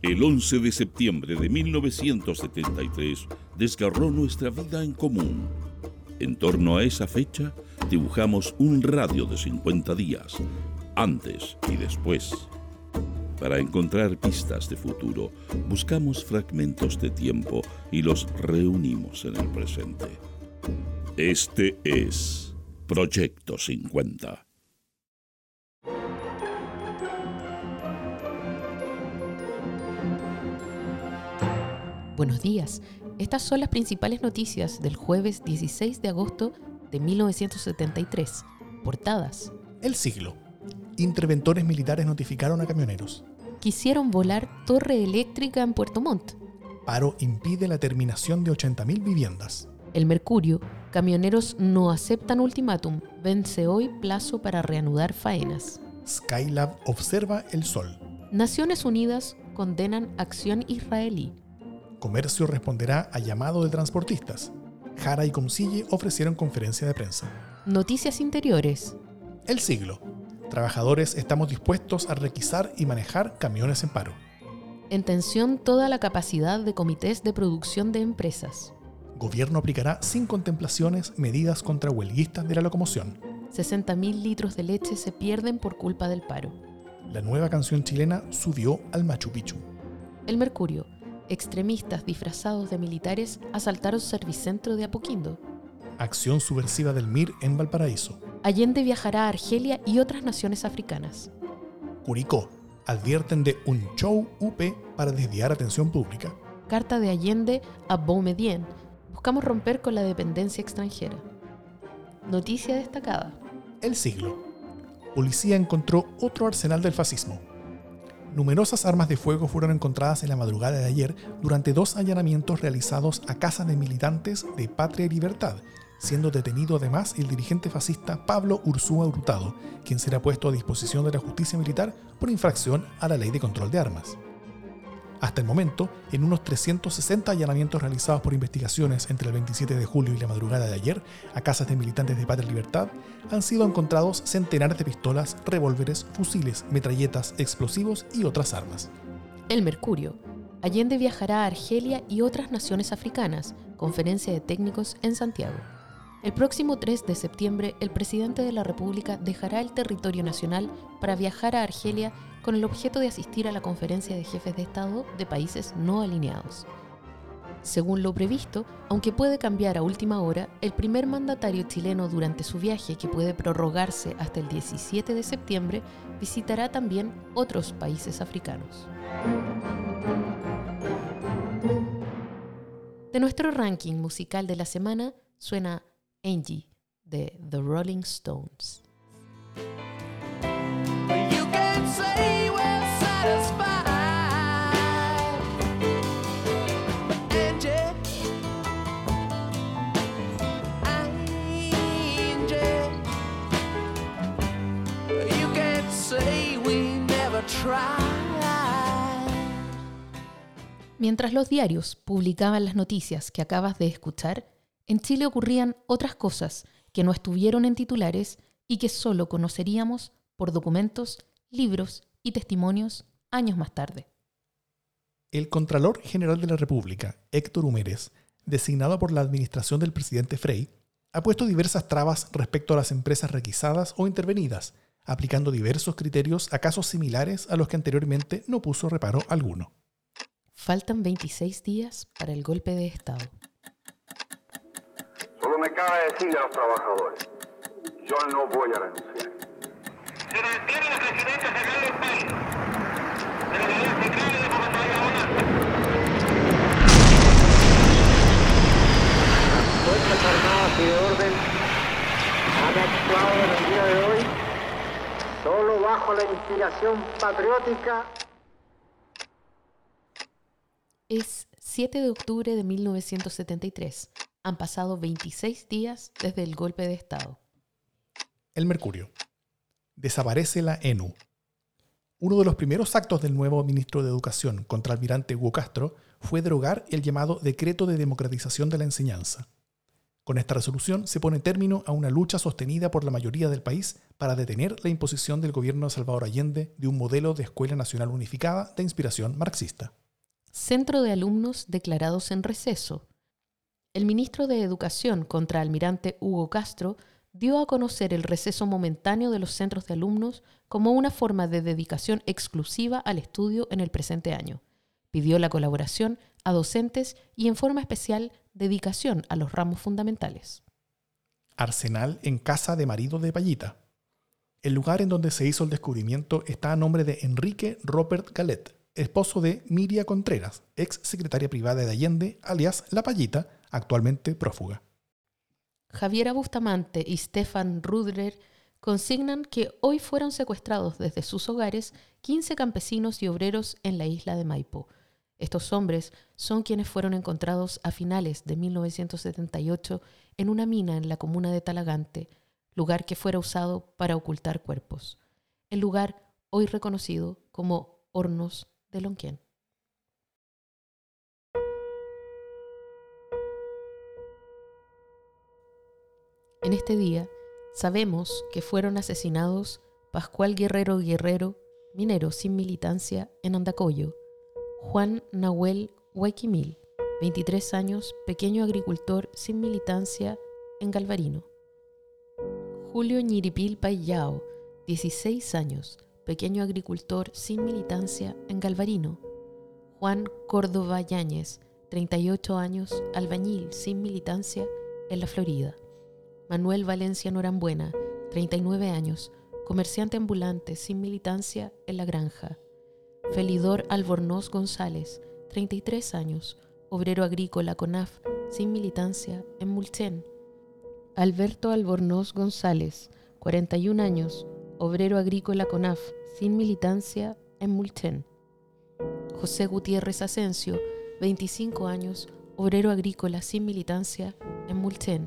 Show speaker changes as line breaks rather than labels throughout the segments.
El 11 de septiembre de 1973 desgarró nuestra vida en común. En torno a esa fecha, dibujamos un radio de 50 días, antes y después. Para encontrar pistas de futuro, buscamos fragmentos de tiempo y los reunimos en el presente. Este es Proyecto 50.
Buenos días. Estas son las principales noticias del jueves 16 de agosto de 1973. Portadas.
El siglo. Interventores militares notificaron a camioneros.
Quisieron volar torre eléctrica en Puerto Montt.
Paro impide la terminación de 80.000 viviendas.
El Mercurio. Camioneros no aceptan ultimátum. Vence hoy plazo para reanudar faenas.
Skylab observa el sol.
Naciones Unidas condenan acción israelí.
Comercio responderá a llamado de transportistas. Jara y Comsille ofrecieron conferencia de prensa.
Noticias interiores.
El siglo. Trabajadores estamos dispuestos a requisar y manejar camiones en paro.
En tensión toda la capacidad de comités de producción de empresas.
Gobierno aplicará sin contemplaciones medidas contra huelguistas de la locomoción.
60.000 litros de leche se pierden por culpa del paro.
La nueva canción chilena subió al Machu Picchu.
El Mercurio. Extremistas disfrazados de militares asaltaron Servicentro de Apoquindo.
Acción subversiva del MIR en Valparaíso.
Allende viajará a Argelia y otras naciones africanas.
Curicó. Advierten de un show UP para desviar atención pública.
Carta de Allende a Boumediene. Buscamos romper con la dependencia extranjera. Noticia destacada.
El siglo. Policía encontró otro arsenal del fascismo. Numerosas armas de fuego fueron encontradas en la madrugada de ayer durante 2 allanamientos realizados a casas de militantes de Patria y Libertad, siendo detenido además el dirigente fascista Pablo Ursúa Hurtado, quien será puesto a disposición de la justicia militar por infracción a la Ley de Control de Armas. Hasta el momento, en unos 360 allanamientos realizados por investigaciones entre el 27 de julio y la madrugada de ayer a casas de militantes de Patria y Libertad, han sido encontrados centenares de pistolas, revólveres, fusiles, metralletas, explosivos y otras armas.
El Mercurio. Allende viajará a Argelia y otras naciones africanas. Conferencia de técnicos en Santiago. El próximo 3 de septiembre, el presidente de la República dejará el territorio nacional para viajar a Argelia con el objeto de asistir a la conferencia de jefes de Estado de países no alineados. Según lo previsto, aunque puede cambiar a última hora, el primer mandatario chileno durante su viaje, que puede prorrogarse hasta el 17 de septiembre, visitará también otros países africanos. De nuestro ranking musical de la semana suena Angie, de The Rolling Stones.
You can say we're satisfied, Angie, Angie. You can say we never tried.
Mientras los diarios publicaban las noticias que acabas de escuchar, en Chile ocurrían otras cosas que no estuvieron en titulares y que solo conoceríamos por documentos, libros y testimonios años más tarde.
El Contralor General de la República, Héctor Humérez, designado por la administración del presidente Frei, ha puesto diversas trabas respecto a las empresas requisadas o intervenidas, aplicando diversos criterios a casos similares a los que anteriormente no puso reparo alguno.
Faltan 26 días para el golpe de Estado.
Solo me cabe decirle a los trabajadores, yo no voy a renunciar.
Se mantiene la presidencia central del país, de la unidad central y de Comandante Bonal.
Fuerzas Armadas y de Orden han actuado en el día de hoy solo bajo la inspiración patriótica.
Es 7 de octubre de 1973. Han pasado 26 días desde el golpe de Estado.
El Mercurio. Desaparece la ENU. Uno de los primeros actos del nuevo ministro de Educación, contraalmirante Hugo Castro, fue derogar el llamado Decreto de Democratización de la Enseñanza. Con esta resolución se pone término a una lucha sostenida por la mayoría del país para detener la imposición del gobierno de Salvador Allende de un modelo de Escuela Nacional Unificada de inspiración marxista.
Centro de alumnos declarados en receso. El ministro de Educación, contraalmirante Hugo Castro, dio a conocer el receso momentáneo de los centros de alumnos como una forma de dedicación exclusiva al estudio en el presente año. Pidió la colaboración a docentes y, en forma especial, dedicación a los ramos fundamentales.
Arsenal en casa de marido de Payita. El lugar en donde se hizo el descubrimiento está a nombre de Enrique Robert Galet, esposo de Miria Contreras, ex secretaria privada de Allende, alias La Payita, actualmente prófuga.
Javiera Bustamante y Stefan Rudler consignan que hoy fueron secuestrados desde sus hogares 15 campesinos y obreros en la isla de Maipo. Estos hombres son quienes fueron encontrados a finales de 1978 en una mina en la comuna de Talagante, lugar que fuera usado para ocultar cuerpos. El lugar hoy reconocido como Hornos de Lonquén. En este día sabemos que fueron asesinados Pascual Guerrero Guerrero, minero sin militancia en Andacollo, Juan Nahuel Huayquimil, 23 años, pequeño agricultor sin militancia en Galvarino, Julio Ñiripil Payao, 16 años, pequeño agricultor sin militancia en Galvarino, Juan Córdoba Yáñez, 38 años, albañil sin militancia en La Florida, Manuel Valencia Norambuena, 39 años, comerciante ambulante sin militancia en La Granja, Felidor Albornoz González, 33 años, obrero agrícola CONAF sin militancia en Mulchen, Alberto Albornoz González, 41 años, obrero agrícola CONAF sin militancia en Mulchen, José Gutiérrez Asensio, 25 años, obrero agrícola sin militancia en Mulchen,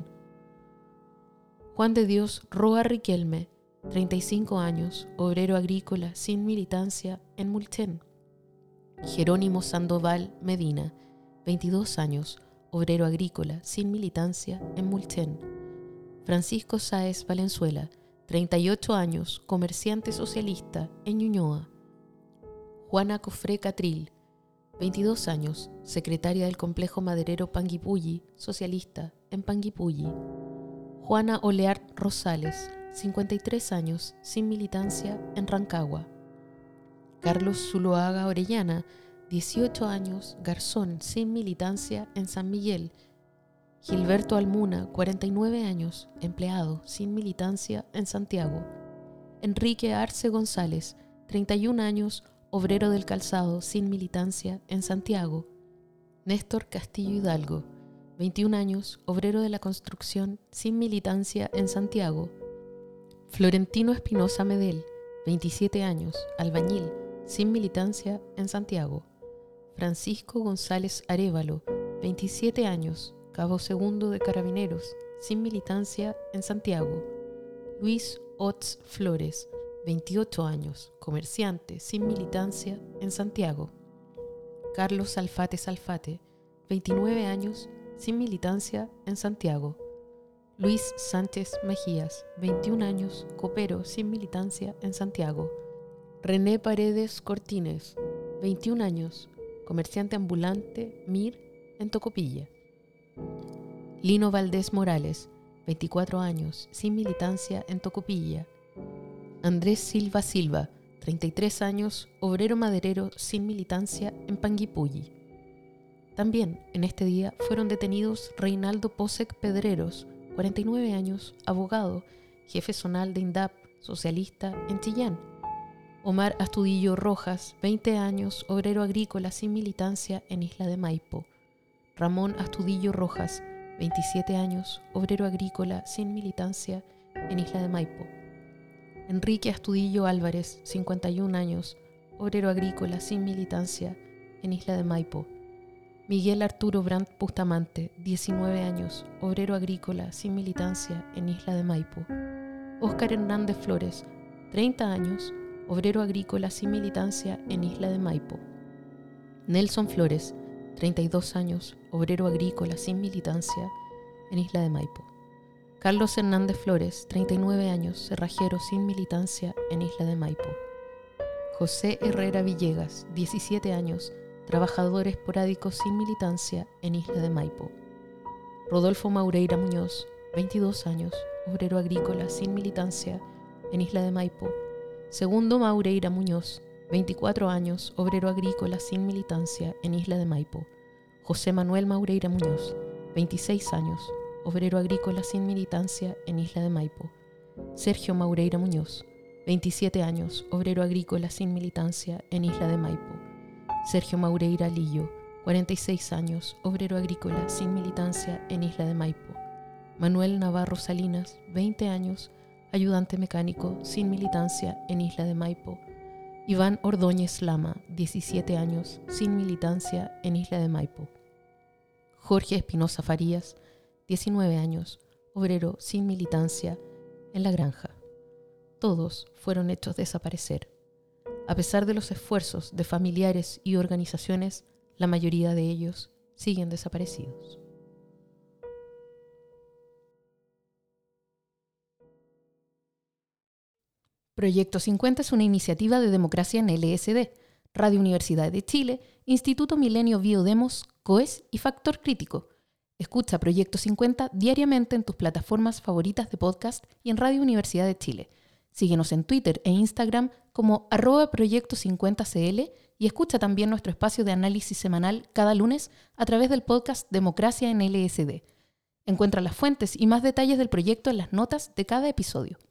Juan de Dios Roa Riquelme, 35 años, obrero agrícola sin militancia en Mulchen. Jerónimo Sandoval Medina, 22 años, obrero agrícola sin militancia en Mulchen. Francisco Sáez Valenzuela, 38 años, comerciante socialista en Ñuñoa. Juana Cofré Catril, 22 años, secretaria del complejo maderero Panguipulli, socialista en Panguipulli. Juana Oleart Rosales, 53 años, sin militancia en Rancagua. Carlos Zuloaga Orellana, 18 años, garzón sin militancia en San Miguel. Gilberto Almuna, 49 años, empleado sin militancia en Santiago. Enrique Arce González, 31 años, obrero del calzado sin militancia en Santiago. Néstor Castillo Hidalgo, 21 años, obrero de la construcción sin militancia en Santiago. Florentino Espinosa Medel, 27 años, albañil, sin militancia en Santiago. Francisco González Arévalo, 27 años, cabo segundo de Carabineros, sin militancia en Santiago. Luis Ots Flores, 28 años, comerciante, sin militancia en Santiago. Carlos Salfate Salfate, 29 años, sin militancia en Santiago. Luis Sánchez Mejías, 21 años, copero sin militancia en Santiago. René Paredes Cortines, 21 años, comerciante ambulante MIR en Tocopilla. Lino Valdés Morales, 24 años, sin militancia en Tocopilla. Andrés Silva Silva, 33 años, obrero maderero sin militancia en Panguipulli. También en este día fueron detenidos Reinaldo Posek Pedreros, 49 años, abogado, jefe zonal de INDAP, socialista en Chillán. Omar Astudillo Rojas, 20 años, obrero agrícola sin militancia en Isla de Maipo. Ramón Astudillo Rojas, 27 años, obrero agrícola sin militancia en Isla de Maipo. Enrique Astudillo Álvarez, 51 años, obrero agrícola sin militancia en Isla de Maipo. Miguel Arturo Brandt Bustamante, 19 años, obrero agrícola sin militancia en Isla de Maipo. Óscar Hernández Flores, 30 años, obrero agrícola sin militancia en Isla de Maipo. Nelson Flores, 32 años, obrero agrícola sin militancia en Isla de Maipo. Carlos Hernández Flores, 39 años, cerrajero sin militancia en Isla de Maipo. José Herrera Villegas, 17 años, trabajador esporádico sin militancia en Isla de Maipo. Rodolfo Maureira Muñoz, 22 años, obrero agrícola sin militancia en Isla de Maipo. Segundo Maureira Muñoz, 24 años, obrero agrícola sin militancia en Isla de Maipo. José Manuel Maureira Muñoz, 26 años, obrero agrícola sin militancia en Isla de Maipo. Sergio Maureira Muñoz, 27 años, obrero agrícola sin militancia en Isla de Maipo. Sergio Maureira Lillo, 46 años, obrero agrícola sin militancia en Isla de Maipo. Manuel Navarro Salinas, 20 años, ayudante mecánico sin militancia en Isla de Maipo. Iván Ordóñez Lama, 17 años, sin militancia en Isla de Maipo. Jorge Espinosa Farías, 19 años, obrero sin militancia en La Granja. Todos fueron hechos desaparecer. A pesar de los esfuerzos de familiares y organizaciones, la mayoría de ellos siguen desaparecidos. Proyecto 50 es una iniciativa de democracia en LSD, Radio Universidad de Chile, Instituto Milenio Biodemos, COES y Factor Crítico. Escucha Proyecto 50 diariamente en tus plataformas favoritas de podcast y en Radio Universidad de Chile. Síguenos en Twitter e Instagram como @Proyecto50cl y escucha también nuestro espacio de análisis semanal cada lunes a través del podcast Democracia en LSD. Encuentra las fuentes y más detalles del proyecto en las notas de cada episodio.